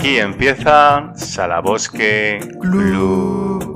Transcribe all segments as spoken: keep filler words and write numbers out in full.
Aquí empieza Salabosque Club.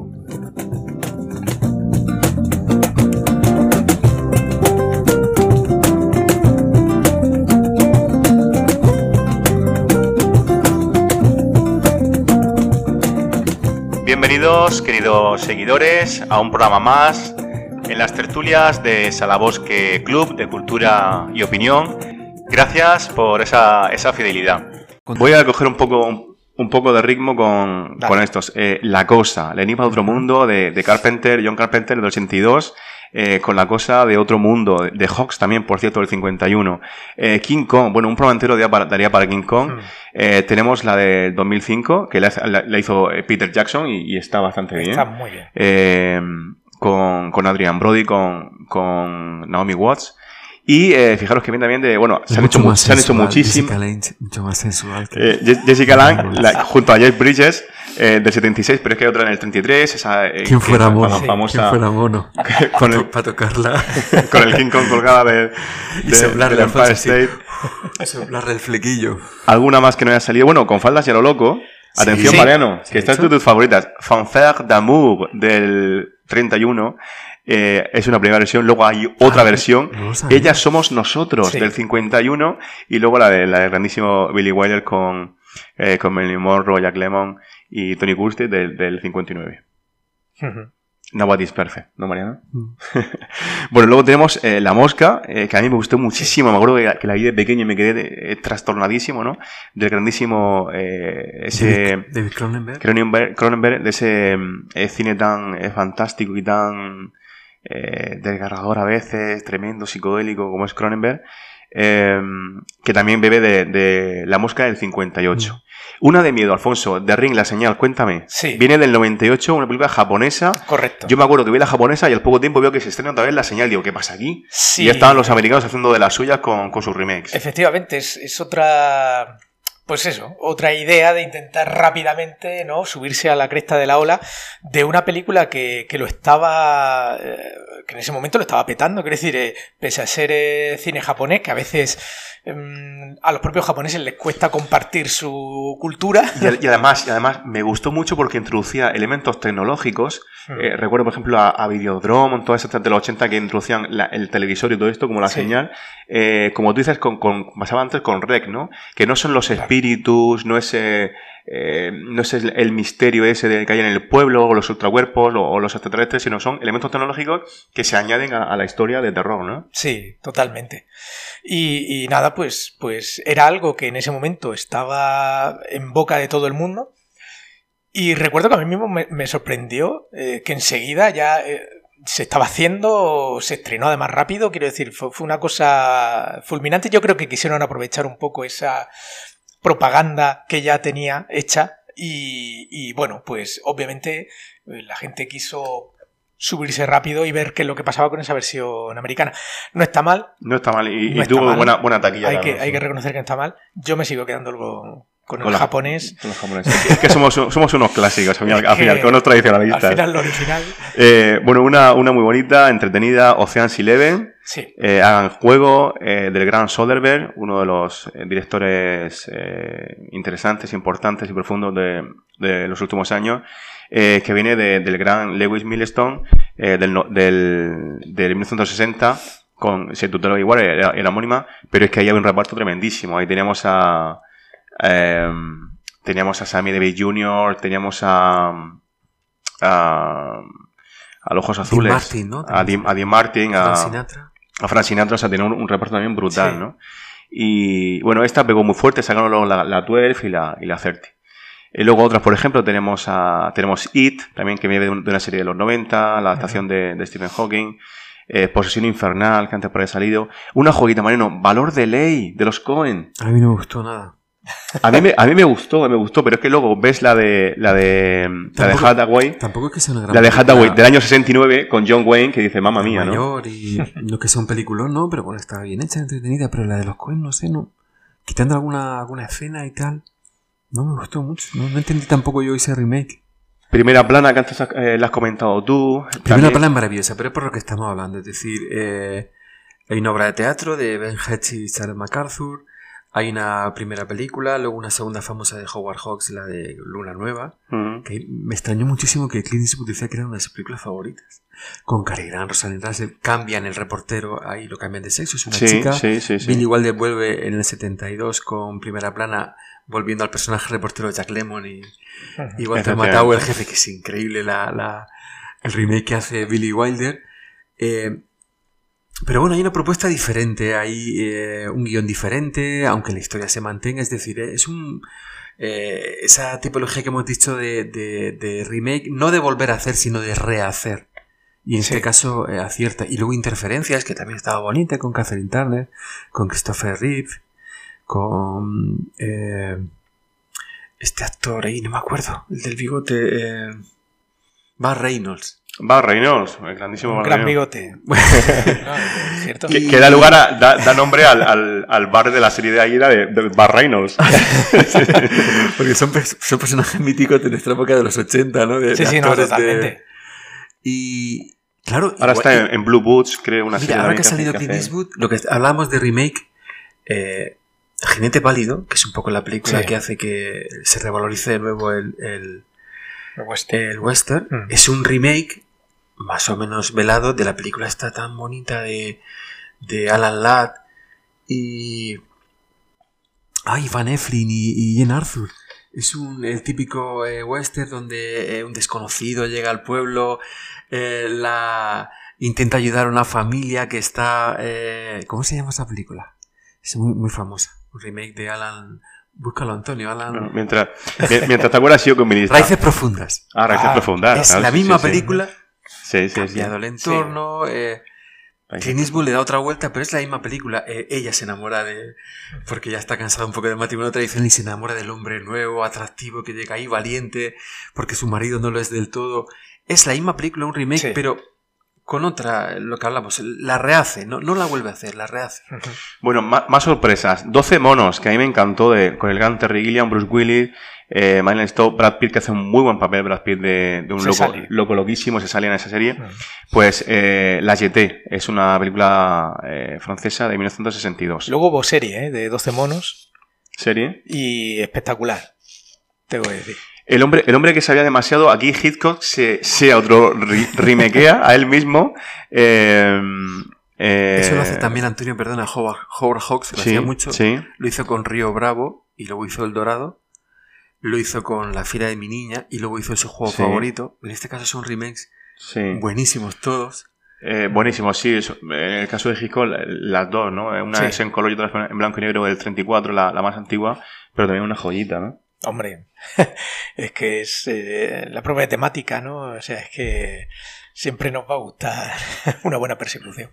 Bienvenidos, queridos seguidores, a un programa más en las tertulias de Salabosque Club de Cultura y Opinión. Gracias por esa, esa fidelidad. Voy a coger un poco, un poco de ritmo con, con estos. Eh, La Cosa, el enigma de otro mundo de, de Carpenter, John Carpenter del ochenta y dos, eh, con La Cosa de otro mundo, de Hawks también, por cierto, del cincuenta y uno. Eh, King Kong, bueno, un programa entero daría para, daría para King Kong. Hmm. Eh, tenemos la de dos mil cinco, que la, la, la hizo Peter Jackson y, y está bastante bien. Está muy bien. Eh, con, con Adrian Brody, con, con Naomi Watts. Y eh, fijaros que viene también de... Bueno, se han hecho, mu se han hecho muchísimo... Jessica Lange, mucho más sensual. Que... Eh, Jessica Lange, la, junto a Jeff Bridges, eh, del setenta y seis, pero es que hay otra en el treinta y tres. Esa, eh, ¿Quién fuera mono? Sí. Famosa, ¿Quién fuera mono? Con el, para tocarla. Con el King Kong colgada de, y de, del Empire State. Soplarle el flequillo. ¿Alguna más que no haya salido? Bueno, con Faldas y a lo loco. Atención, sí, Mariano, que está entre tus favoritas. Fanfare d'amour del treinta y uno. Eh, es una primera versión, luego hay otra ah, versión, no Ellas somos nosotros, sí, del cincuenta y uno, y luego la del de grandísimo Billy Wilder con, eh, con Marilyn Monroe, Jack Lemmon y Tony Curtis del, del cincuenta y nueve. Uh-huh. Nobody's Perfect, ¿no, Mariano? Uh-huh. Bueno, luego tenemos eh, La Mosca, eh, que a mí me gustó muchísimo, me acuerdo que, que la vi de pequeño y me quedé eh, trastornadísimo, ¿no? Del grandísimo eh, ese David Cronenberg. Cronenberg, Cronenberg de ese eh, cine tan eh, fantástico y tan... Eh, desgarrador a veces, tremendo, psicodélico, como es Cronenberg, eh, que también bebe de, de La Mosca del cincuenta y ocho. Mm. Una de miedo, Alfonso, The Ring, La Señal, cuéntame. Sí. Viene del noventa y ocho, una película japonesa. Correcto. Yo me acuerdo que vi la japonesa y al poco tiempo veo que se estrena otra vez La Señal. Digo, ¿qué pasa aquí? Sí. Y ya estaban los americanos haciendo de las suyas con, con sus remakes. Efectivamente, es, es otra... Pues eso, otra idea de intentar rápidamente, ¿no?, subirse a la cresta de la ola de una película que, que lo estaba, eh, que en ese momento lo estaba petando, quiero decir, eh, pese a ser eh, cine japonés, que a veces eh, a los propios japoneses les cuesta compartir su cultura. Y, y además, y además me gustó mucho porque introducía elementos tecnológicos. Hmm. Eh, recuerdo, por ejemplo, a, a Videodrome, todas esas de los ochenta que introducían la, el televisor y todo esto, como la sí. señal. Eh, como tú dices, con, con, pasaba antes con Rec, ¿no? Que no son los espíritus, no es, eh, eh, no es el, el misterio ese de que hay en el pueblo, o los ultracuerpos, o, o los extraterrestres, sino son elementos tecnológicos que se añaden a, a la historia de terror, ¿no? Sí, totalmente. Y, y nada, pues, pues era algo que en ese momento estaba en boca de todo el mundo. Y recuerdo que a mí mismo me, me sorprendió eh, que enseguida ya... Eh, se estaba haciendo, se estrenó además rápido, quiero decir, fue, fue una cosa fulminante. Yo creo que quisieron aprovechar un poco esa propaganda que ya tenía hecha y, y bueno, pues obviamente la gente quiso subirse rápido y ver qué es lo que pasaba con esa versión americana. No está mal. No está mal y, no y tuvo buena, buena taquilla. Hay, que, hay que reconocer que no está mal. Yo me sigo quedando luego... Con, con el la, japonés. Con los japoneses. Es que somos, somos unos clásicos, al final, al final con unos tradicionalistas. Al final, lo original. Eh, bueno, una, una muy bonita, entretenida, Ocean's Eleven. Sí. Eh, hagan juego eh, del gran Soderbergh, uno de los eh, directores eh, interesantes, importantes y profundos de, de los últimos años, eh, que viene de, del gran Lewis Milestone, eh, del, del, del mil novecientos sesenta, con, se tuteló igual, era, era homónima, pero es que ahí había un reparto tremendísimo. Ahí teníamos a... Eh, teníamos a Sammy Davis junior, teníamos a a, a los Ojos Azules, Martin, ¿no? a, Dean, a Dean Martin, a Frank Sinatra, a Frank Sinatra, o sea, tenía un, un reparto también brutal, sí. ¿no? Y bueno, esta pegó muy fuerte, sacaron luego la, la doce y la, y la treinta. Y luego otras, por ejemplo, tenemos a tenemos It, también que viene de, un, de una serie de los noventa, la adaptación uh-huh. de, de Stephen Hawking. Eh, Posesión Infernal, que antes por ahí ha salido. Una joyita, Mariano, Valor de Ley, de los Coen. A mí no me gustó nada. A mí me, a mí me gustó, me gustó, pero es que luego ves la de la de la tampoco, de Hathaway, tampoco es que sea una gran la de Hathaway del año sesenta y nueve con John Wayne, que dice mamma mía, ¿no? Mayor y no que sea un peliculón, no, pero bueno, está bien hecha, entretenida, pero la de los Coen, no sé, no, quitando alguna alguna escena y tal, no me gustó mucho, no, no entendí tampoco yo ese remake. Primera plana que antes eh, la has comentado tú. Primera también. plana es maravillosa, pero es por lo que estamos hablando, es decir, eh, hay una obra de teatro de Ben Hecht y Sarah MacArthur. Hay una primera película, luego una segunda famosa de Howard Hawks, la de Luna Nueva, uh-huh. que me extrañó muchísimo que Clint Eastwood decía que era una de sus películas favoritas. Con Cary Grant, Rosalind Russell, cambian el reportero, ahí lo cambian de sexo, es una sí, chica. Sí, sí, sí. Billy Wilder vuelve en el setenta y dos con Primera Plana, volviendo al personaje reportero Jack Lemmon y, uh-huh. y Walter Matthau, el jefe, que es increíble la, la, el remake que hace Billy Wilder. Eh, Pero bueno, hay una propuesta diferente, hay eh, un guión diferente, aunque la historia se mantenga, es decir, es un eh, esa tipología que hemos dicho de, de, de remake, no de volver a hacer, sino de rehacer. Y en sí. este caso eh, acierta. Y luego Interferencias, que también estaba bonita, con Catherine Turner, con Christopher Reeve, con eh, este actor ahí, no me acuerdo, el del bigote, eh, Burt Reynolds. Burt Reynolds, el grandísimo un Burt gran Reynolds. bigote. No, ¿cierto? Que, que da lugar a, da, da nombre al, al, al bar de la serie de Aida de, de Burt Reynolds. Porque son, son personajes míticos de nuestra época de los ochenta, ¿no? De, sí, de sí, no, totalmente. De... Y claro. Ahora igual, está en, en Blue Boots, creo, una mira, serie. Ahora que ha salido Clint Eastwood, lo que hablábamos de remake, eh, Jinete Pálido, que es un poco la película sí. que hace que se revalorice de nuevo el, el, el western, el western mm. es un remake más o menos velado de la película esta tan bonita de, de Alan Ladd y ay, Van Eflin y, y Ian Arthur. Es un, el típico eh, western donde eh, un desconocido llega al pueblo, eh, la intenta ayudar a una familia que está eh, ¿cómo se llama esa película? Es muy, muy famosa, un remake de Alan. Búscalo, Antonio. Alan... Bueno, mientras, mientras te acuerdas, sigo con mi lista. Raíces Profundas. Ah, Raíces ah, Profundas. Es claro, la sí, misma sí, película. Sí, sí, cambiado sí. el entorno. Sí. Eh, Clint Eastwood le da otra vuelta, pero es la misma película. Eh, ella se enamora de... Porque ya está cansada un poco del matrimonio tradicional y se enamora del hombre nuevo, atractivo, que llega ahí, valiente, porque su marido no lo es del todo. Es la misma película, un remake, sí. pero... con otra, lo que hablamos, la rehace, no, no la vuelve a hacer, la rehace. Bueno, más, más sorpresas. doce monos, que a mí me encantó, de, con el gran Terry Gilliam, Bruce Willis, eh, Madeline Stowe, Brad Pitt, que hace un muy buen papel, Brad Pitt de, de un loco, loco loquísimo, se salía en esa serie. Uh-huh. Pues eh, La Jetée, es una película eh, francesa de mil novecientos sesenta y dos. Luego hubo serie, ¿eh? De doce monos. ¿Serie? Y espectacular, tengo que decir. El hombre, el hombre que sabía demasiado, aquí Hitchcock se, se otro re, remakea a él mismo. Eh, eh, Eso lo hace también Antonio, perdona, Howard, Howard Hawks, lo sí, hacía mucho. Sí. Lo hizo con Río Bravo y luego hizo El Dorado. Lo hizo con La Fila de mi niña y luego hizo su juego sí. favorito. En este caso son remakes sí. buenísimos todos. Eh, buenísimo, sí. Eso, en el caso de Hitchcock, las dos, ¿no? Una sí. es en color y otra en blanco y negro del treinta y cuatro, la, la más antigua, pero también una joyita, ¿no? Hombre, es que es eh, la propia temática, ¿no? O sea, es que siempre nos va a gustar una buena persecución.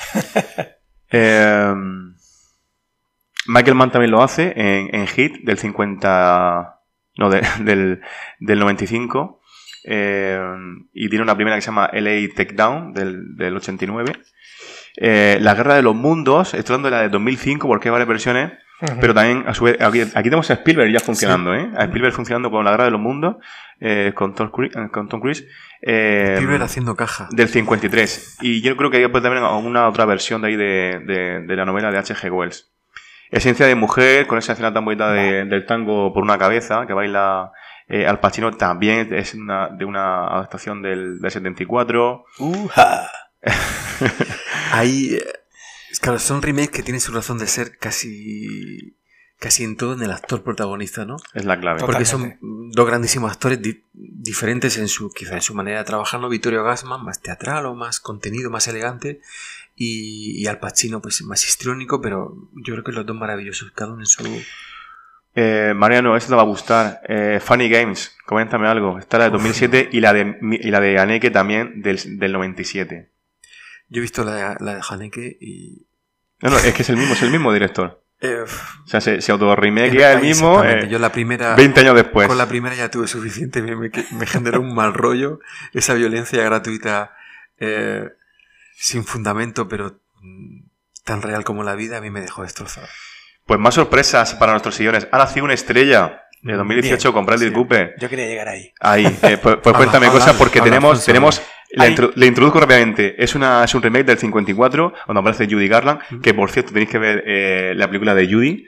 eh, Michael Mann también lo hace en, en Hit del cincuenta... No, de, del, del noventa y cinco. Eh, y tiene una primera que se llama L A Takedown del, del ochenta y nueve. Eh, La Guerra de los Mundos, estoy hablando de la de dos mil cinco porque hay varias versiones. Uh-huh. Pero también, a su vez, aquí, aquí tenemos a Spielberg ya funcionando, sí. ¿eh? A Spielberg funcionando con La Guerra de los Mundos, eh, con, Tom Cruise, con Tom Cruise. Eh, Spielberg haciendo caja. Del cincuenta y tres. Y yo creo que hay pues, también una otra versión de ahí de, de, de la novela de H G Wells. Esencia de mujer, con esa escena tan bonita de, del tango por una cabeza, que baila eh, Al Pacino, también es una, de una adaptación del, del setenta y cuatro. Uh-huh. Ahí... Claro, son remakes que tienen su razón de ser casi casi en todo en el actor protagonista, ¿no? Es la clave. Porque Totalmente. son dos grandísimos actores di- diferentes en su quizá en su manera de trabajar, ¿no? Vittorio Gassman, más teatral o más contenido, más elegante, y, y Al Pacino, pues más histriónico, pero yo creo que los dos maravillosos, cada uno en su... Eh, Mariano, esto te va a gustar. Eh, Funny Games, coméntame algo. Está la de dos mil siete y la de, y la de Haneke también del, del noventa y siete. Yo he visto la, la de Haneke y... No, no, es que es el mismo, es el mismo director. Eh, o sea, se, se auto-remakea el mismo eh, yo la primera, veinte años después. Con la primera ya tuve suficiente, me, me, me generó un mal rollo. Esa violencia gratuita eh, sin fundamento, pero tan real como la vida, a mí me dejó destrozado. Pues más sorpresas para nuestros seguidores. Ha nacido una estrella de dos mil dieciocho. Bien, con Bradley sí. Cooper. Yo quería llegar ahí. Ahí. Eh, pues pues cuéntame habla, cosas porque habla, tenemos... habla, tenemos La intro, le introduzco rápidamente. Es, una, es un remake del cincuenta y cuatro, donde aparece Judy Garland, mm. que por cierto tenéis que ver eh, la película de Judy,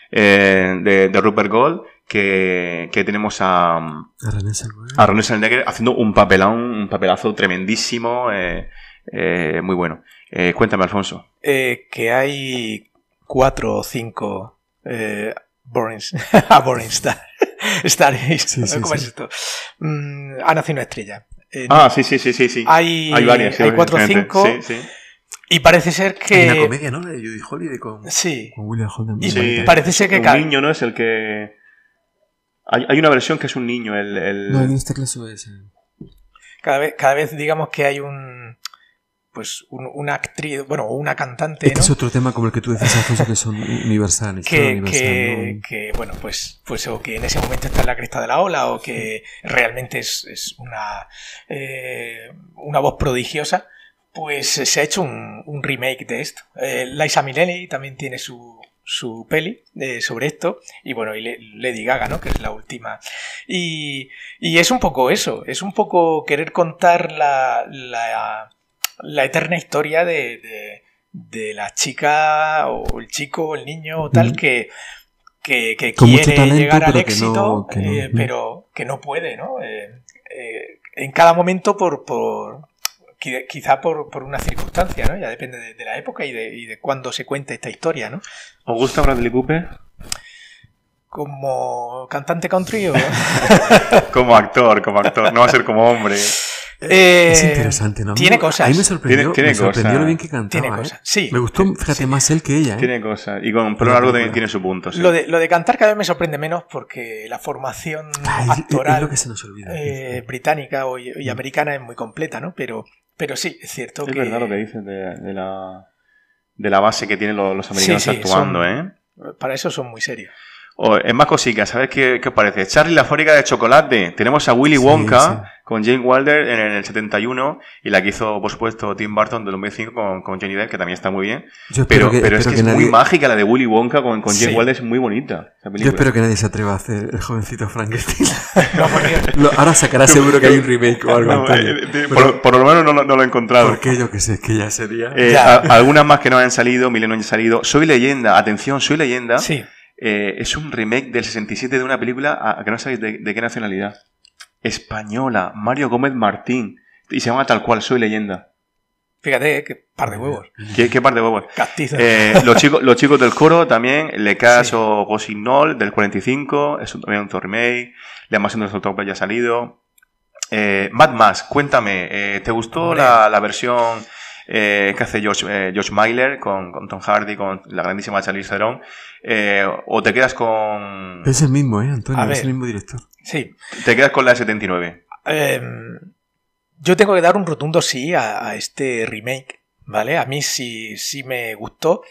eh, de, de Rupert Gold, que, que tenemos a, a René Zellweger. a René Zellweger haciendo un papelón, un papelazo tremendísimo, eh, eh, muy bueno. Eh, cuéntame, Alfonso. Eh, que hay cuatro o cinco eh, Boring, a Boring Star. Star sí, sí, ¿cómo sí. es esto? Mm, ha nacido una estrella. Eh, ah, sí, sí, sí, sí, sí. Hay, hay varias, sí, hay cuatro o cinco. Sí, sí. Y parece ser que... Hay una comedia, ¿no? De Judy Holliday con, sí. con William Holden. Y sí, parece ser que... Un cal... niño, ¿no? Es el que... Hay, hay una versión que es un niño, el... el... No, en este caso es... Cada vez, cada vez digamos que hay un... Pues un, una actriz, bueno, una cantante, Este ¿no? es otro tema como el que tú decías, Alfonso, que son universales. Que, universal, que, ¿no? que, bueno, pues, pues o que en ese momento está en la cresta de la ola o que realmente es, es una, eh, una voz prodigiosa, pues se ha hecho un, un remake de esto. Eh, Liza Minnelli también tiene su, su peli eh, sobre esto y bueno, y Lady Gaga, ¿no? Que es la última. Y, y es un poco eso, es un poco querer contar la... la la eterna historia de, de, de la chica o el chico o el niño o tal mm. que, que, que quiere talento, llegar al éxito, no, que no. Eh, pero que no puede, ¿no? Eh, eh, en cada momento por, por quizá por, por una circunstancia, ¿no? Ya depende de, de la época y de, y de cuándo se cuenta esta historia, ¿no? ¿Os gusta Bradley Cooper? ¿Como cantante country o...? Como actor, como actor, no va a ser como hombre. Eh, es interesante, ¿no? Tiene cosas. A mí me sorprendió, tiene, tiene me sorprendió cosa. lo bien que cantaba. Tiene cosas, ¿eh? sí. Me gustó, fíjate, sí. más él que ella. ¿eh? Tiene cosas. Y con pelo largo también tiene su punto. Sí. Lo, de, lo de cantar cada vez me sorprende menos porque la formación Ay, actoral es lo que se nos olvida, eh, británica o, y americana es muy completa, ¿no? Pero, pero sí, es cierto es que... Es verdad lo que dices de, de, la, de la base que tienen los, los americanos sí, sí, actuando, son, ¿eh? Para eso son muy serios. Oh, es más cositas, ¿sabes qué, qué os parece? Charlie la fábrica de chocolate. Tenemos a Willy Wonka sí, sí. con Jane Wilder en el setenta y uno y la que hizo, por supuesto, Tim Burton del dos mil cinco con, con Johnny Depp, que también está muy bien. Yo pero que, pero es que, que es nadie... muy mágica la de Willy Wonka con, con Jane sí. Wilder, es muy bonita. Esa Yo espero que nadie se atreva a hacer el jovencito Frankenstein. no, porque... lo, ahora sacará seguro que hay un remake o algo. No, eh, eh, por, por lo menos no, no lo he encontrado. Porque yo que sé, es que ya sería... Eh, ya. A, algunas más que no han salido, mil no han salido. Soy Leyenda, atención, Soy Leyenda. Sí. Eh, es un remake del sesenta y siete de una película a, a que no sabéis de, de qué nacionalidad. Española, Mario Gómez Martín. Y se llama tal cual, Soy Leyenda. Fíjate, qué par de huevos. ¿Qué, qué par de huevos? Castizo. Eh, los, chicos, los chicos del coro también, Le Cas sí. o Gosignol del cuarenta y cinco, es un, también un remake. La Amazon de Autopia ya ha salido. Eh, Mad Max, cuéntame, eh, ¿te gustó la, la versión... Eh, que hace George, eh, George Miller con, con Tom Hardy, con la grandísima Charlize Theron, eh, o te quedas con... Es el mismo, ¿eh, Antonio? A es ver, el mismo director. Sí. Te quedas con la de setenta y nueve. Eh, yo tengo que dar un rotundo sí a, a este remake, ¿vale? A mí sí, sí me gustó.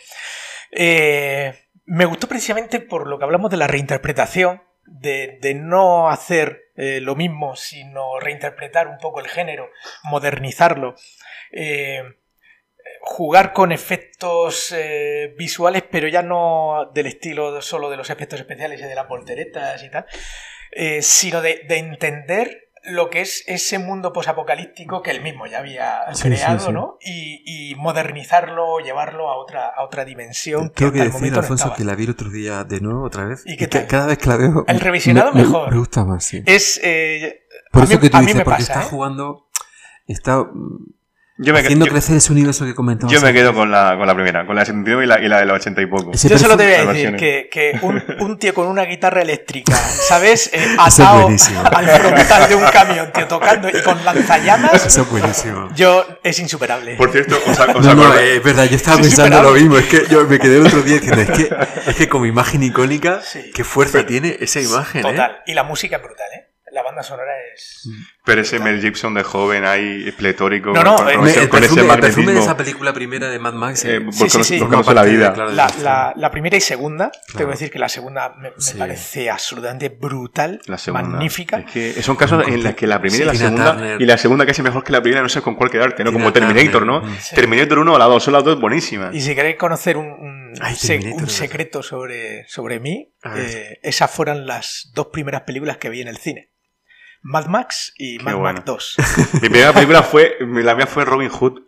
Eh, me gustó precisamente por lo que hablamos de la reinterpretación, de, de no hacer eh, lo mismo, sino reinterpretar un poco el género, modernizarlo. Eh, jugar con efectos eh, visuales, pero ya no del estilo solo de los efectos especiales y de las volteretas y tal, eh, sino de, de entender lo que es ese mundo posapocalíptico que él mismo ya había sí, creado, sí, sí. ¿no? Y, y modernizarlo, llevarlo a otra, a otra dimensión. Tengo que, que decir, Alfonso, no que la vi el otro día de nuevo otra vez. ¿Y, qué y tal? Que cada vez que la veo... El revisionado me, mejor. Me gusta más, sí. Es... Eh, Por eso mí, que tú dices, porque pasa, está ¿eh? jugando... Está... Yo me haciendo yo, crecer ese universo que comentamos. Yo me quedo con la, con la primera, con la setenta y nueve y la, y la de los ochenta y poco. Yo solo te voy a decir que, que un, un tío con una guitarra eléctrica, ¿sabes? Eh, atado es al frontal de un camión, tío, tocando y con lanzallamas. Eso es buenísimo. Yo, es insuperable. Por cierto, os, os no, no, es verdad, yo estaba es pensando insuperable. Lo mismo. Es que yo me quedé el otro día diciendo, es que, es que como imagen icónica, sí. Qué fuerza Pero, tiene esa imagen. Total. ¿eh? Y la música es brutal, ¿eh? La banda sonora es... Pero ese Mel Gibson de joven ahí, pletórico, no, no, con, eh, con, me, ese, el con perfume, ese magnetismo. El perfume de esa película primera de Mad Max. Eh, sí, sí, sí. Lo conoce la vida. Claro, la, la, la primera y segunda, claro. Tengo que decir que la segunda me, me sí. parece absolutamente brutal, la segunda. Magnífica. Es que son casos en los que la primera sí, y la segunda, Turner. y la segunda casi mejor que la primera, no sé con cuál quedarte, ¿no? Tina Como Terminator, ¿no? Sí. Terminator uno o la dos, son las dos buenísimas. Y si queréis conocer un, un, Ay, se, un secreto sobre, sobre mí, eh, esas fueron las dos primeras películas que vi en el cine. Mad Max y Qué Mad bueno. Max dos. Mi primera película fue, la mía fue Robin Hood,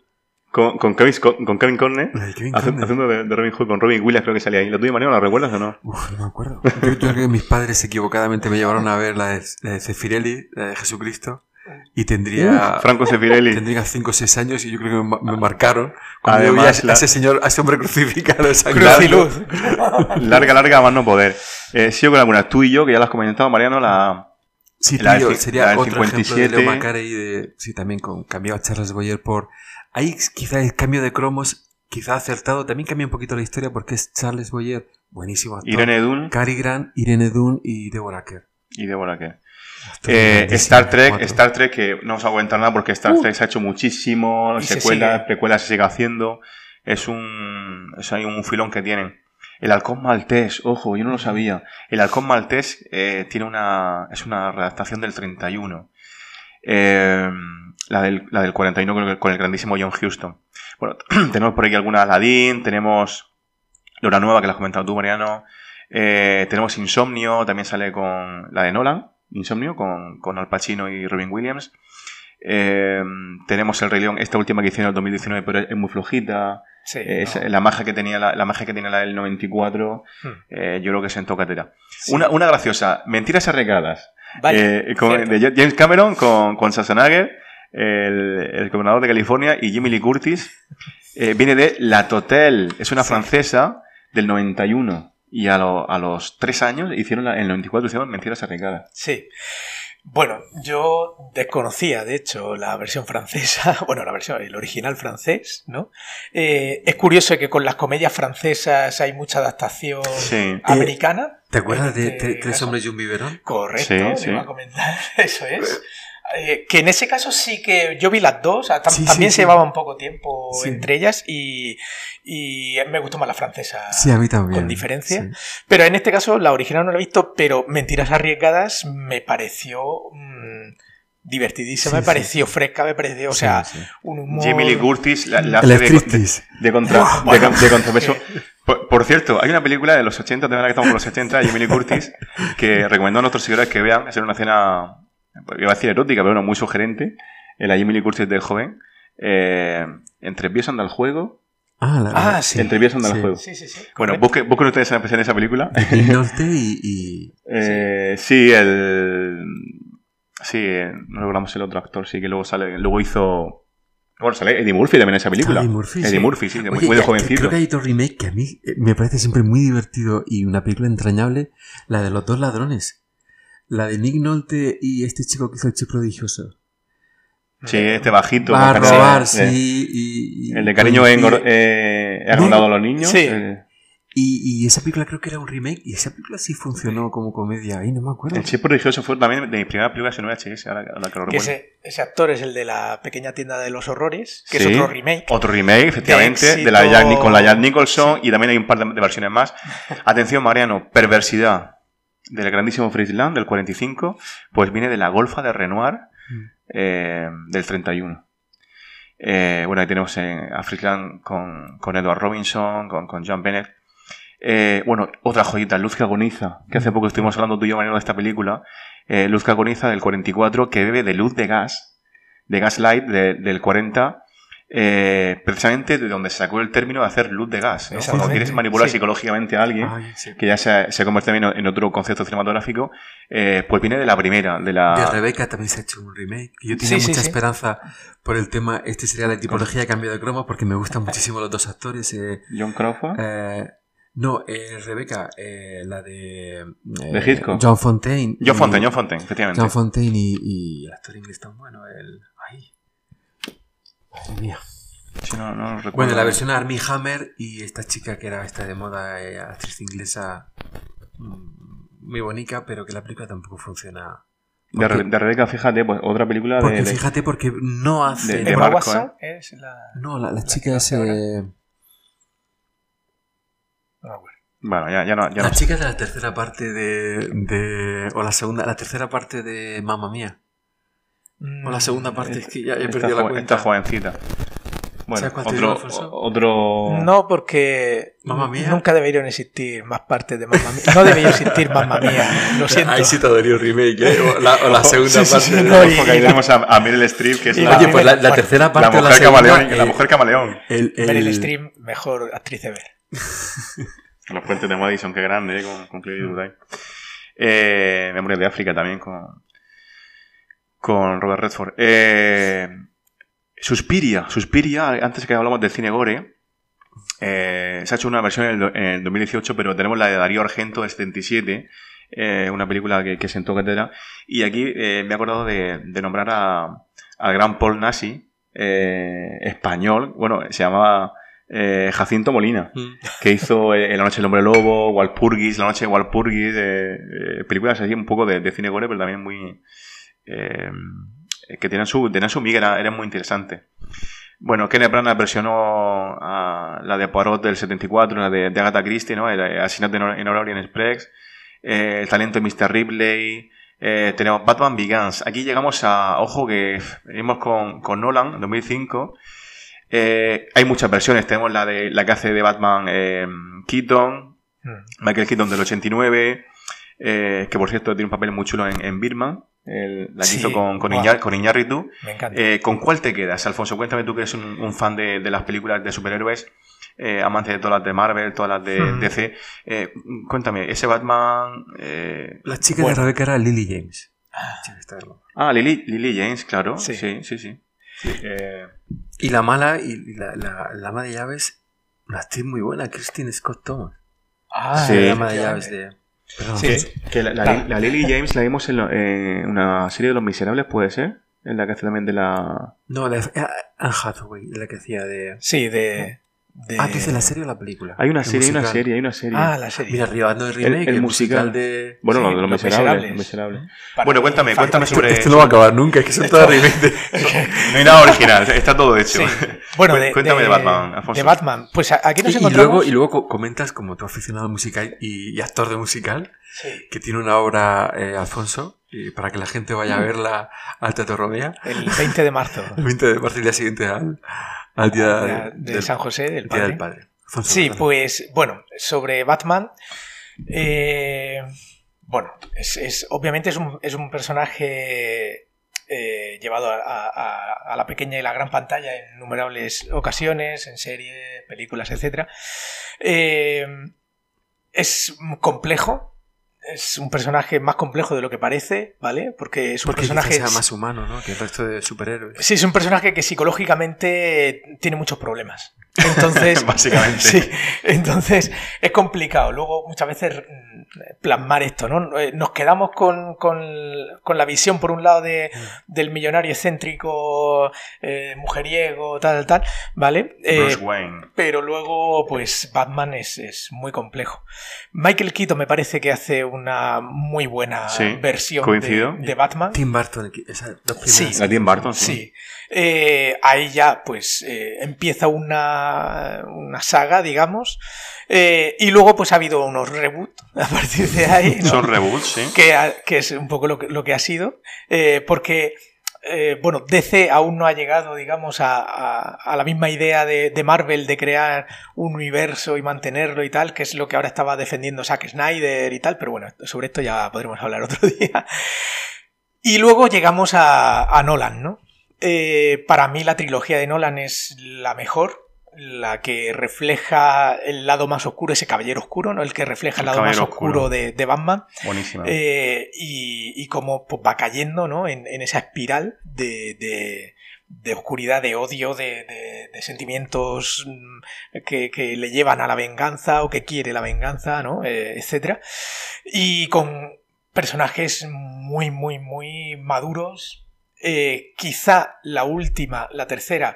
Con, con, Kevin, con, con Kevin Conner, Kevin hace, Conner. haciendo de, de Robin Hood, con Robin Williams creo que salía ahí. ¿La tuya, Mariano, la recuerdas o no? Uf, no me acuerdo. Yo, yo creo que mis padres equivocadamente me llevaron a ver la de, la de Cefirelli, la de Jesucristo, y tendría... Uf, Franco Cefirelli. Tendría cinco o seis años y yo creo que me, me marcaron. Cuando Además, yo vi a, la... a ese señor, a ese hombre crucificado, esa Cruciluz. Larga, larga, más no poder. Eh, sigo con algunas. Tú y yo, que ya las has comentado, Mariano, la... Sí, la tío, del, sería la del otro cincuenta y siete. ejemplo de Leo Macarey de... Sí, también con cambiado a Charles Boyer por... Ahí quizá el cambio de cromos, quizá acertado, también cambia un poquito la historia porque es Charles Boyer, buenísimo actor. Irene Dunne. Cary Grant, Irene Dunne y Deborah Kerr. Y Deborah Kerr. Eh, Star Trek, cuatro. Star Trek, que no os hago entrar nada porque Star uh, Trek se ha hecho muchísimo, secuelas, se precuelas se sigue haciendo. Es un, es hay un filón que tienen. El halcón maltés, ojo, yo no lo sabía. El halcón maltés eh, tiene una, es una redactación del treinta y uno. Eh, la, del, la del cuarenta y uno con el, con el grandísimo John Huston. Bueno, tenemos por aquí alguna Aladdin, tenemos Lora Nueva, que la has comentado tú, Mariano. Eh, tenemos Insomnio, también sale con la de Nolan, Insomnio, con, con Al Pacino y Robin Williams. Eh, tenemos El Rey León, esta última que hicieron en el dos mil diecinueve, pero es muy flojita. Sí, eh, no. es, la magia que tenía la, la magia que tenía la del noventa y cuatro, hmm. eh, yo creo que sentó cátedra. Sí. Una, una graciosa, Mentiras Arriesgadas, vale, eh, con, de James Cameron con, con Schwarzenegger, el, el gobernador de California, y Jimmy Lee Curtis. Eh, viene de La Totel, es una sí. francesa del noventa y uno. Y a, lo, a los tres años hicieron la, en el noventa y cuatro hicieron Mentiras Arriesgadas. Sí. Bueno, yo desconocía, de hecho, la versión francesa, bueno, la versión, el original francés, ¿no? Eh, es curioso que con las comedias francesas hay mucha adaptación sí. americana. ¿Te acuerdas de este Tres caso? Hombres y un biberón? Correcto, sí, sí. iba a comentar, eso es. Eh, que en ese caso sí que yo vi las dos, tam- sí, también sí, se sí. llevaba un poco tiempo sí. entre ellas y, y me gustó más la francesa. Sí, a mí también. Con diferencia. Sí. Pero en este caso la original no la he visto, pero Mentiras Arriesgadas me pareció mmm, divertidísima, sí, me pareció sí. fresca, me pareció, o sea, sí, sí. un humor... Jamie Lee Curtis la, la hace de, de, de, contra, wow, de, de contrapeso. Por, por cierto, hay una película de los ochenta, de verdad que estamos por los ochenta, Jamie Lee Curtis, que recomendó a nuestros seguidores que vean, es una escena... iba a decir erótica, pero bueno, muy sugerente. La Jamie Lee Curtis del joven. Eh, entre pies anda el juego. Ah, la, ah sí. Entre pies anda sí. el juego. Sí, sí, sí. Bueno, busquen, busquen ustedes en esa película. Norte y. y... Eh, sí, el. Sí, no logramos el otro actor, sí, que luego sale. Luego hizo. Bueno, sale Eddie Murphy también en esa película. Eddie Murphy. Eddie sí. Murphy, sí, Oye, muy, muy de jovencito. Creo que hay otro remake que a mí me parece siempre muy divertido y una película entrañable, la de Los Dos Ladrones. La de Nick Nolte y este chico que hizo El Chico Prodigioso. Sí, este bajito. Va a robar, sí. De, y, y, el de Cariño he engor- eh, agrandado a los niños. Sí. Eh. Y, y esa película creo que era un remake y esa película sí funcionó como comedia. Ahí no me acuerdo. El Chico Prodigioso fue también de mi primera película en V H S, ahora, ahora que lo recuerdo. Ese, ese actor es el de La Pequeña Tienda de los Horrores, que sí, es otro remake. Otro remake, efectivamente, de, de la Jack, con la Jack Nicholson, sí. Y también hay un par de, de versiones más. Atención, Mariano, Perversidad, del grandísimo Fritz Lang, del cuarenta y cinco, pues viene de La Golfa de Renoir, mm. eh, del treinta y uno. Eh, bueno, ahí tenemos eh, a Fritz Lang con, con Edward Robinson, con, con John Bennett. Eh, bueno, otra joyita, Luz que agoniza, que hace poco estuvimos hablando tú y yo, Mariano, de esta película. Eh, Luz que agoniza, del cuarenta y cuatro, que bebe de luz de gas, de Gaslight, de, del cuarenta, eh, precisamente de donde se sacó el término de hacer luz de gas, ¿no? Cuando quieres manipular sí. psicológicamente a alguien, Ay, sí. que ya se, se convierte también en otro concepto cinematográfico, eh, pues viene de la primera, de la... De Rebeca también se ha hecho un remake. Yo tenía sí, mucha sí, esperanza sí. por el tema, este sería la tipología de cambio de croma, porque me gustan muchísimo los dos actores. Eh, John Crawford. Eh, no, eh, Rebeca, eh, la de... Eh, de Hitchcock. John Fontaine. John Fontaine, John Fontaine, efectivamente. John Fontaine y, y el actor inglés tan bueno, el... Ay, madre mía. Sí, no, no recuerdo. Bueno, la versión Armie Hammer y esta chica que era esta de moda, eh, actriz inglesa muy bonita, pero que la película tampoco funciona. Porque, de, de Rebeca, fíjate, pues otra película porque de... Fíjate, porque no hace... De, de Marco, ¿eh? Es la, no, la, la chica es... Eh... No, bueno. Bueno, ya, ya no... Ya la no chica de la tercera parte de, de... O la segunda... La tercera parte de Mamma Mía. O la segunda parte, esta, es que ya he perdido la cuenta. Esta jovencita. Bueno, ¿Sabes cuál te otro, digo, Alfonso? otro... No, porque Mamma Mía. nunca deberían existir más partes de Mamma Mía. No debería existir Mamma Mía, lo siento. Ahí sí te daría un remake, ¿eh? O la, o la segunda Sí, sí, parte. sí, de- no, y- Porque ahí tenemos a, a Meryl Streep, que es y la, Oye, pues la, la Bueno, tercera parte la o la mujer segunda, camaleón. La eh, mujer camaleón. el, el- Meryl Streep, mejor actriz de ver. Los puentes de Madison, qué grande, ¿eh? Con, con Clive Eastwood ahí. Eh, Memorias de África también con, con Robert Redford. Eh, Suspiria, Suspiria, antes que hablamos del cine gore, eh, se ha hecho una versión en el, do- en el dos mil dieciocho, pero tenemos la de Darío Argento del setenta y siete, eh, una película que, que sentó cátedra. Y aquí eh, me he acordado de, de nombrar a, al gran Paul Nassi, eh, español, bueno, se llamaba eh, Jacinto Molina, Mm. que hizo eh, La noche del hombre lobo, Walpurgis, La noche de Walpurgis, eh, eh, películas así un poco de, de cine gore, pero también muy... Eh, que tenían su, tenían su miga, era, era muy interesante. Bueno, Kenneth Branagh versionó a la de Poirot del setenta y cuatro, la de, de Agatha Christie, ¿no? El asesinato en, en Orient Express, eh, el talento de mister Ripley, eh, tenemos Batman Begins. Aquí llegamos a, ojo que venimos con, con Nolan, dos mil cinco. Eh, hay muchas versiones, tenemos la de la que hace de Batman eh, Keaton, Mm. Michael Keaton del ochenta y nueve, eh, que por cierto tiene un papel muy chulo en, en Birdman, el, la que Sí, hizo con, con, guau. Iñar- con Iñárritu. Me encanta. Eh, ¿Con cuál te quedas, Alfonso? Cuéntame tú que eres un, un fan de, de las películas de superhéroes, eh, amante de todas las de Marvel, todas las de Hmm. D C. Eh, cuéntame, ese Batman... Eh... La chica Bueno. de Rebeca era Lily James. Sí, está bien. Ah, Lily, Lily James, claro. Sí, Sí. sí, sí. sí. Sí, eh, Y la mala y la, la, la ama de llaves, una actriz muy buena, Christine Scott Thomas. Ah, sí. La ama de llaves de... Perdón, Sí. Alfonso. que la, la, Claro. la Lily James la vimos en, lo- en una serie de Los Miserables, ¿puede ser? En la que hace también de la... No, la, eh, Anne Hathaway, la que hacía de... Sí, de... de- Ah, ¿tú dices la serie o la película? Hay una El serie, hay una musical. serie, hay una serie. Ah, la serie. Mira, arriba de remake, El- el, el musical, musical. de... Bueno, Sí, lo de Los Los Miserables. Miserables. Los Miserables. Para Bueno, mí, cuéntame, falta- cuéntame sobre... Esto no va a acabar nunca, es que son Esto- todas remakes de... No hay nada original, está todo hecho. Sí. Bueno, de, Cuéntame de, Batman, Alfonso. De Batman. Pues a- aquí nos Y, y encontramos... luego, y luego co- comentas, como tu aficionado musical y, y actor de musical, Sí, que tiene una obra, eh, Alfonso, y para que la gente vaya a verla al Teatro Romea, el veinte de marzo. el veinte de marzo y el día siguiente al, al día de, de, de del, San José, del Día Padre. del Padre. Alfonso, Sí, perdón. pues bueno, sobre Batman, eh, bueno, es, es- obviamente es un, es un personaje eh, llevado a, a- a la pequeña y la gran pantalla en innumerables ocasiones, en serie, películas, etcétera. Eh, es complejo, es un personaje más complejo de lo que parece, ¿vale? Porque es un Porque personaje... quizás sea más humano, ¿no? Que el resto de superhéroes. Sí, es un personaje que psicológicamente tiene muchos problemas. Entonces, Básicamente. sí, entonces es complicado. Luego, muchas veces mm, plasmar esto, ¿no? Eh, Nos quedamos con, con, con la visión, por un lado, de, del millonario excéntrico, eh, mujeriego, tal, tal, ¿vale? Eh, Bruce Wayne. pero luego, pues Batman es, es muy complejo. Michael Keaton me parece que hace una muy buena Sí, versión coincido. de, de Batman. Tim Burton, esas dos primeras. Sí. La Tim Burton, sí. Sí. Eh, ahí ya, pues, eh, empieza una, una saga, digamos. Eh, y luego, pues, ha habido unos reboots a partir de ahí, ¿no? Son reboots, sí. que, ha- que es un poco lo que, lo que ha sido. Eh, porque, eh, bueno, D C aún no ha llegado, digamos, a, a, a la misma idea de, de Marvel de crear un universo y mantenerlo y tal, que es lo que ahora estaba defendiendo Zack Snyder y tal. Pero bueno, sobre esto ya podremos hablar otro día. Y luego llegamos a, a Nolan, ¿no? Eh, para mí la trilogía de Nolan es la mejor, la que refleja el lado más oscuro, ese caballero oscuro, ¿no? El que refleja el, El lado más caballero oscuro, oscuro. de, de Batman. Buenísima. Eh, y, y cómo pues, va cayendo, ¿no? En, en esa espiral de, de, de oscuridad, de odio, de, de, de sentimientos mm, que, que le llevan a la venganza o que quiere la venganza, ¿no? Eh, etcétera. Y con personajes muy, muy, muy maduros. Eh, quizá la última, la tercera,